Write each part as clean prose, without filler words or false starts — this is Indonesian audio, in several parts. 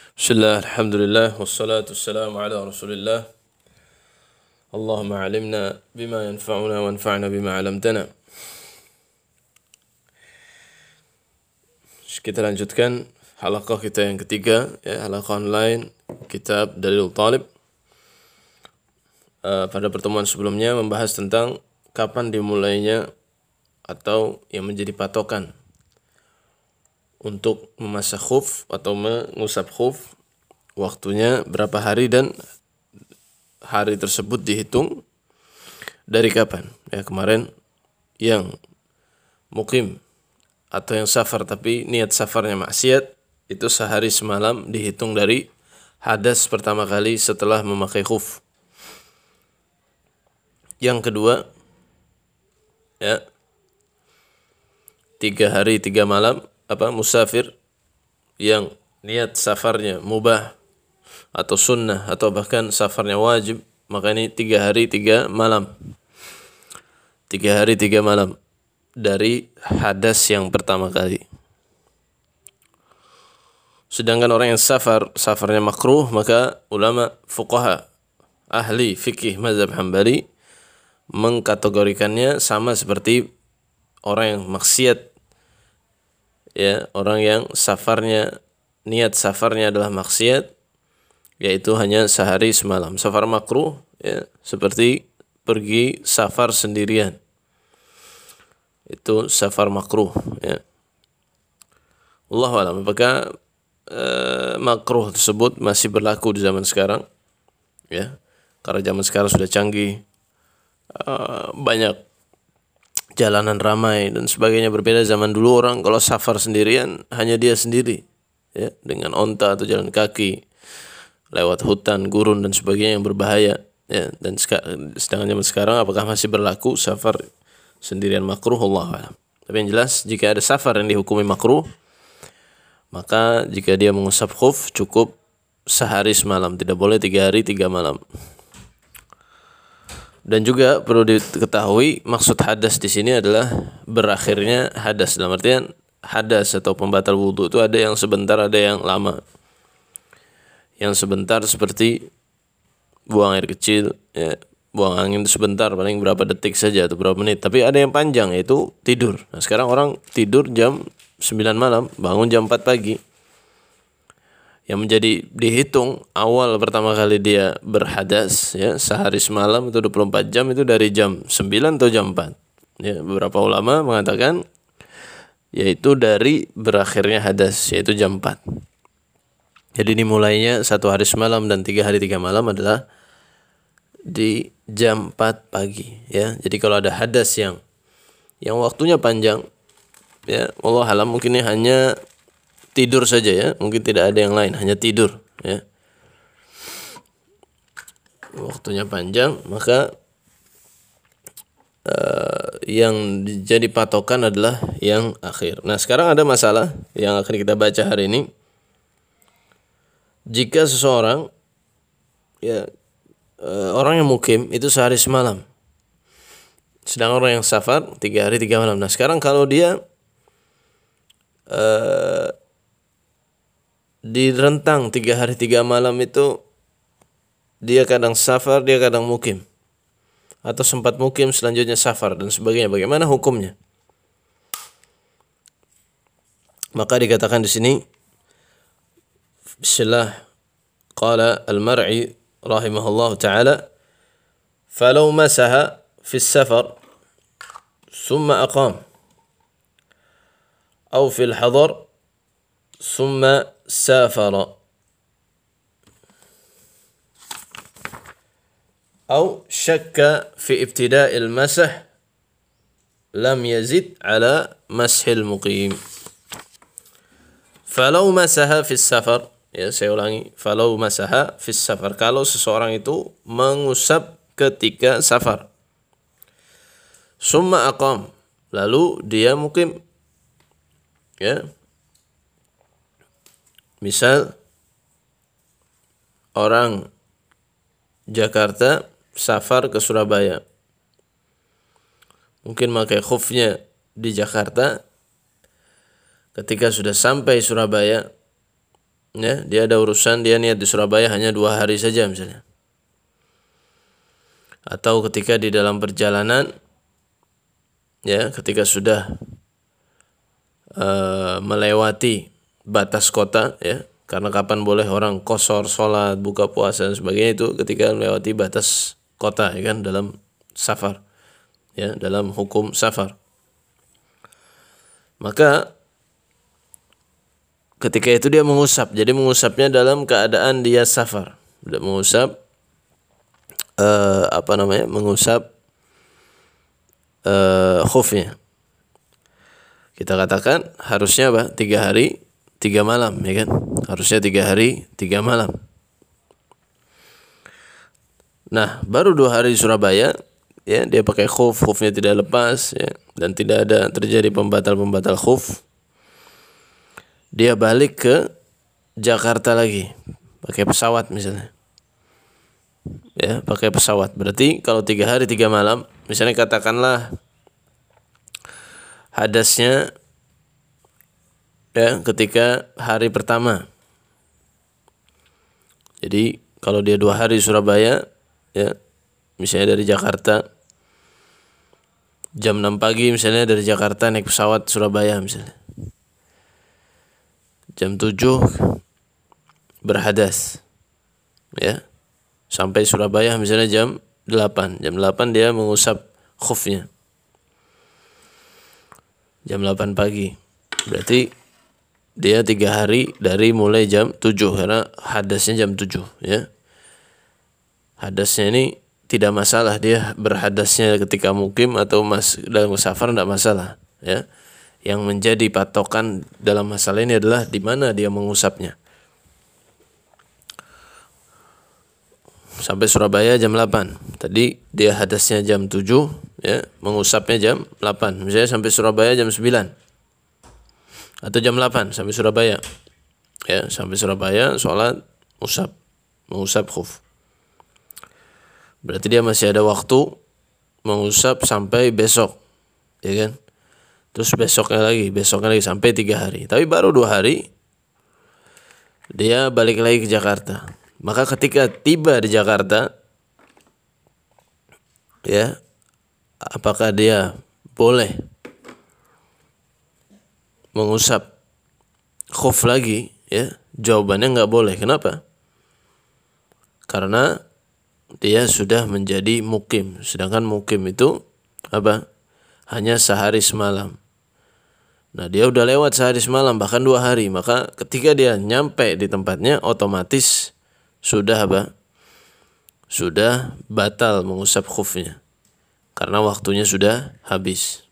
Bismillah, alhamdulillah, wassalatu wassalamu ala rasulillah. Allahumma alimna bima yanfa'una wanfa'na bima alamtana. Kita lanjutkan halaqah kita yang ketiga, ya, halaqah online kitab Dalilul Talib. Pada pertemuan sebelumnya membahas tentang kapan dimulainya atau yang menjadi patokan untuk memasang khuf atau mengusap khuf, waktunya berapa hari dan hari tersebut dihitung dari kapan. Ya, kemarin yang mukim atau yang safar tapi niat safarnya maksiat, itu sehari semalam dihitung dari hadas pertama kali setelah memakai khuf. Yang kedua, ya, 3 hari 3 malam musafir yang niat safarnya mubah atau sunnah atau bahkan safarnya wajib, maka ini 3 hari 3 malam. 3 hari 3 malam dari hadas yang pertama kali. Sedangkan orang yang safarnya makruh, maka ulama fuqaha ahli fikih mazhab Hambali mengkategorikannya sama seperti orang yang maksiat, ya, orang yang niat safarnya adalah maksiat, yaitu hanya sehari semalam. Safar makruh, ya, seperti pergi safar sendirian, itu safar makruh, ya. Wallahu a'lam, apakah makruh tersebut masih berlaku di zaman sekarang, ya, karena zaman sekarang sudah canggih, banyak jalanan ramai dan sebagainya. Berbeda zaman dulu, orang kalau safar sendirian hanya dia sendiri, ya, dengan onta atau jalan kaki lewat hutan, gurun dan sebagainya yang berbahaya, ya. Dan sedangkan zaman sekarang apakah masih berlaku safar sendirian makruh? Allahu a'lam. Tapi yang jelas, jika ada safar yang dihukumi makruh, maka jika dia mengusap khuf cukup sehari semalam, tidak boleh 3 hari 3 malam. Dan juga perlu diketahui, maksud hadas di sini adalah berakhirnya hadas, dalam artian hadas atau pembatal wudu itu ada yang sebentar, ada yang lama. Yang sebentar seperti buang air kecil, ya, buang angin sebentar, paling berapa detik saja atau berapa menit. Tapi ada yang panjang, yaitu tidur. Nah, sekarang orang tidur jam 9 malam, bangun jam 4 pagi. Yang menjadi dihitung awal pertama kali dia berhadas, ya, sehari semalam itu 24 jam, itu dari jam 9 atau jam 4. Ya, beberapa ulama mengatakan yaitu dari berakhirnya hadas, yaitu jam 4. Jadi ini mulainya 1 hari semalam dan 3 hari 3 malam adalah di jam 4 pagi, ya. Jadi kalau ada hadas yang waktunya panjang, ya, wallahu alam, mungkin ini hanya tidur saja, ya, mungkin tidak ada yang lain, hanya tidur, ya, waktunya panjang, maka yang jadi patokan adalah yang akhir. Nah, sekarang ada masalah yang akan kita baca hari ini. Jika seseorang, ya, orang yang mukim itu sehari semalam, sedang orang yang safar 3 hari 3 malam. Nah, sekarang kalau dia di rentang 3 hari 3 malam itu dia kadang safar, dia kadang mukim, atau sempat mukim selanjutnya safar dan sebagainya, bagaimana hukumnya? Maka dikatakan di sini, bismillah, qala al-Mar'i rahimahullah ta'ala, falau masaha fi safar thumma aqam aw fi al-hadar thumma safara أو شك في ابتداء المسح لم يزد على مسح المقيم. فلو مسح في السفر, ya, saya ulangi, falau masaha fis safar, kalau seseorang itu mengusap ketika safar, summa aqam, lalu dia mukim, ya, misal orang Jakarta safar ke Surabaya, mungkin pakai khufnya di Jakarta. Ketika sudah sampai Surabaya, ya, dia ada urusan, dia niat di Surabaya hanya 2 hari saja misalnya. Atau ketika di dalam perjalanan, ya, ketika sudah melewati batas kota, ya, karena kapan boleh orang qashar sholat, buka puasa dan sebagainya itu ketika melewati batas kota, ya kan, dalam safar, ya, dalam hukum safar. Maka ketika itu dia mengusap, jadi mengusapnya dalam keadaan dia safar, mengusap mengusap khufnya. Kita katakan harusnya 3 hari 3 malam, ya kan? Harusnya 3 hari 3 malam. Nah, baru 2 hari di Surabaya, ya, dia pakai khufnya tidak lepas, ya, dan tidak ada terjadi pembatal khuf. Dia balik ke Jakarta lagi pakai pesawat misalnya. Ya, pakai pesawat. Berarti kalau 3 hari 3 malam, misalnya katakanlah hadasnya, ya, ketika hari pertama. Jadi kalau dia 2 hari di Surabaya, ya, misalnya dari Jakarta jam 6 pagi, misalnya dari Jakarta naik pesawat Surabaya misalnya. Jam 7 berhadas, ya, sampai Surabaya misalnya jam 8. Jam 8 dia mengusap khufnya. Jam 8 pagi. Berarti dia 3 hari dari mulai jam 7 karena hadasnya jam 7, ya. Hadasnya ini tidak masalah, dia berhadasnya ketika mukim atau dalam safar tidak masalah, ya. Yang menjadi patokan dalam masalah ini adalah di mana dia mengusapnya. Sampai Surabaya jam 8. Tadi dia hadasnya jam 7, ya, mengusapnya jam 8. Misalnya sampai Surabaya jam 9. Atau jam 8 sampai Surabaya. Ya, sampai Surabaya sholat, mengusap khuf. Berarti dia masih ada waktu mengusap sampai besok, ya kan? Terus besoknya lagi sampai 3 hari. Tapi baru 2 hari dia balik lagi ke Jakarta. Maka ketika tiba di Jakarta, ya, apakah dia boleh mengusap khuf lagi? Ya, jawabannya nggak boleh. Kenapa? Karena dia sudah menjadi mukim. Sedangkan mukim itu apa? Hanya sehari semalam. Nah, dia udah lewat sehari semalam, bahkan 2 hari. Maka ketika dia nyampe di tempatnya, otomatis sudah apa? Sudah batal mengusap khufnya. Karena waktunya sudah habis.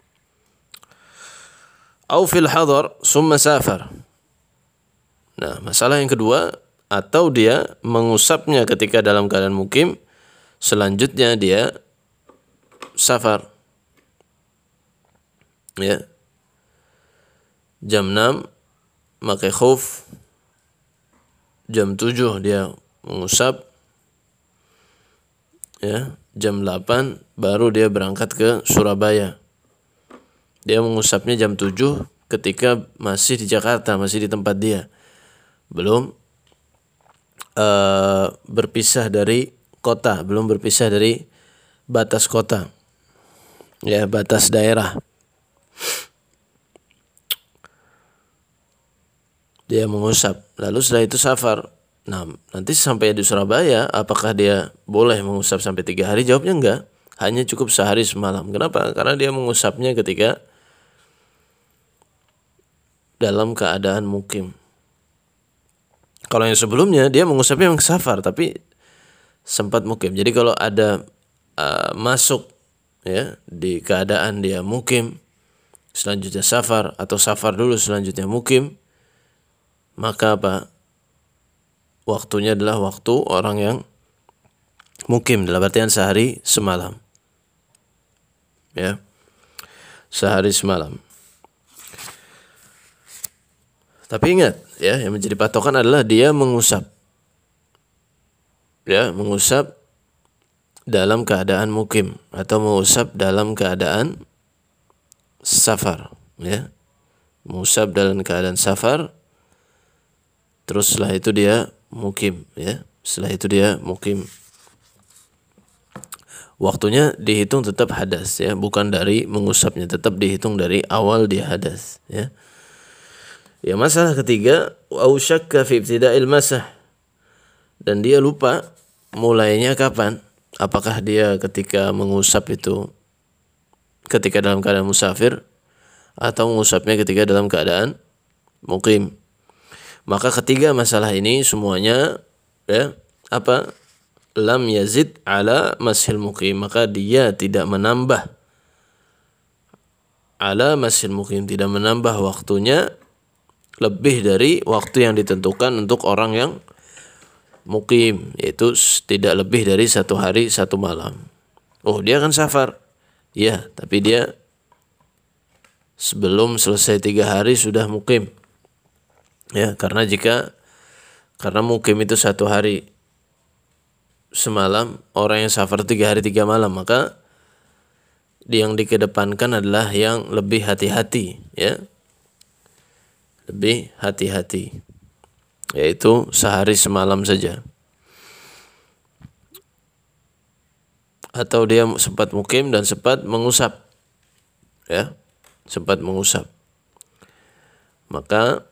Au fil hadar summa safar. Nah, masalah yang kedua, atau dia mengusapnya ketika dalam keadaan mukim, selanjutnya dia safar. Ya. Jam 6 pakai khuf, jam 7 dia mengusap, ya, jam 8 baru dia berangkat ke Surabaya. Dia mengusapnya jam 7 ketika masih di Jakarta, masih di tempat dia. Belum berpisah dari kota, belum berpisah dari batas kota. Ya, batas daerah. Dia mengusap, lalu setelah itu safar. Nah, nanti sampai di Surabaya, apakah dia boleh mengusap sampai 3 hari? Jawabnya enggak, hanya cukup sehari semalam. Kenapa? Karena dia mengusapnya ketika dalam keadaan mukim. Kalau yang sebelumnya dia mengusapnya memang safar, tapi sempat mukim. Jadi kalau ada masuk, ya, di keadaan dia mukim, selanjutnya safar, atau safar dulu selanjutnya mukim, maka apa? Waktunya adalah waktu orang yang mukim, dalam artian sehari semalam. Ya. Sehari semalam. Tapi ingat, ya, yang menjadi patokan adalah dia mengusap. Ya, mengusap dalam keadaan mukim atau mengusap dalam keadaan safar, ya. Mengusap dalam keadaan safar terus setelah itu dia mukim, ya. Setelah itu dia mukim. Waktunya dihitung tetap hadas, ya, bukan dari mengusapnya, tetap dihitung dari awal dia hadas, ya. Ya, masalah ketiga, au syakka fi ibtida'il masah, dan dia lupa mulainya kapan. Apakah dia ketika mengusap itu ketika dalam keadaan musafir atau mengusapnya ketika dalam keadaan mukim. Maka ketiga masalah ini semuanya, ya, apa? Lam yazid ala mashil mukim, maka dia tidak menambah ala mashil mukim, tidak menambah waktunya lebih dari waktu yang ditentukan untuk orang yang mukim, yaitu tidak lebih dari 1 hari 1 malam. Oh, dia kan safar, ya, tapi dia sebelum selesai 3 hari sudah mukim, ya, karena mukim itu 1 hari semalam, orang yang safar 3 hari 3 malam, maka yang dikedepankan adalah yang lebih hati-hati, ya, lebih hati-hati, yaitu sehari semalam saja. Atau dia sempat mukim dan sempat mengusap, ya, sempat mengusap, maka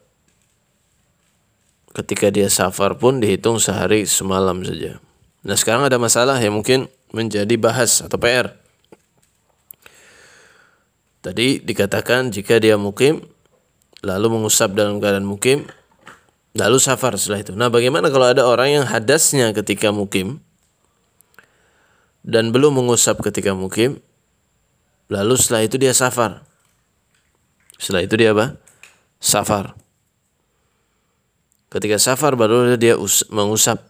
ketika dia safar pun dihitung sehari semalam saja. Nah, sekarang ada masalah yang mungkin menjadi bahas atau PR. Tadi dikatakan jika dia mukim lalu mengusap dalam keadaan mukim lalu safar setelah itu. Nah, bagaimana kalau ada orang yang hadasnya ketika mukim dan belum mengusap ketika mukim, lalu setelah itu dia safar? Setelah itu dia apa? Safar. Ketika safar baru dia mengusap,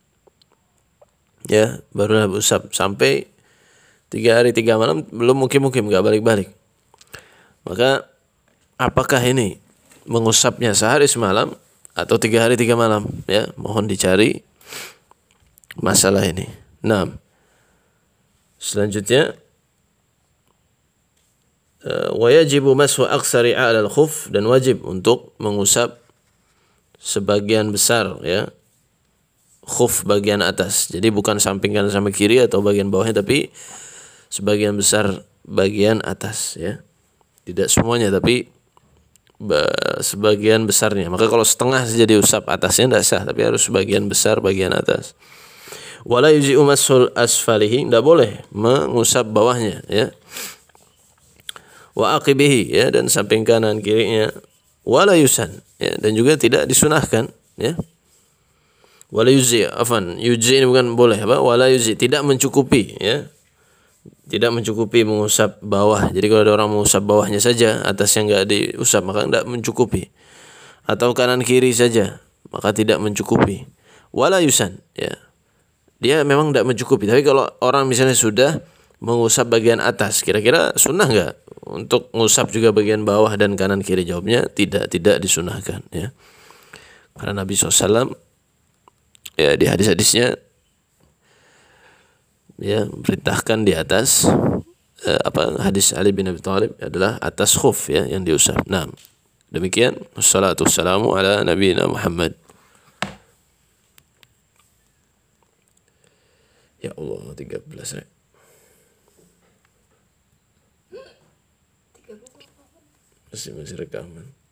ya, baru usap sampai 3 hari 3 malam belum mukim-mukim, nggak balik-balik. Maka apakah ini mengusapnya sehari semalam atau 3 hari 3 malam? Ya, mohon dicari masalah ini. Nah, selanjutnya wa yajibu mashu aksari 'ala al-khuf, dan wajib untuk mengusap sebagian besar, ya, khuf bagian atas. Jadi bukan samping kanan sampai kiri atau bagian bawahnya, tapi sebagian besar bagian atas, ya. Tidak semuanya, tapi sebagian besarnya. Maka kalau setengah saja diusap, atasnya tidak sah, tapi harus sebagian besar bagian atas. Wala yuzi'u mashul asfalihi, tidak boleh mengusap bawahnya, ya. Wa aqibihi, ya, dan samping kanan kirinya. Wala yusan, ya, dan juga tidak disunahkan, ya. Wala yuzi, yuzi ini bukan boleh, apa? Wala yuzi, tidak mencukupi, ya. Tidak mencukupi mengusap bawah. Jadi kalau ada orang mengusap bawahnya saja, atasnya enggak diusap, maka enggak mencukupi. Atau kanan kiri saja, maka tidak mencukupi. Wala yusan, ya. Dia memang enggak mencukupi. Tapi kalau orang misalnya sudah mengusap bagian atas, kira-kira sunnah enggak untuk mengusap juga bagian bawah dan kanan kiri? Jawabnya tidak disunahkan, ya. Karena Nabi SAW, ya, di hadis-hadisnya, ya, perintahkan di atas hadis Ali bin Abi Thalib adalah atas khuf, ya, yang diusap. Nah, demikian. Wassalatu wassalamu ala nabiyina Muhammad. Ya Allah, 13, ya. Masih rekaman.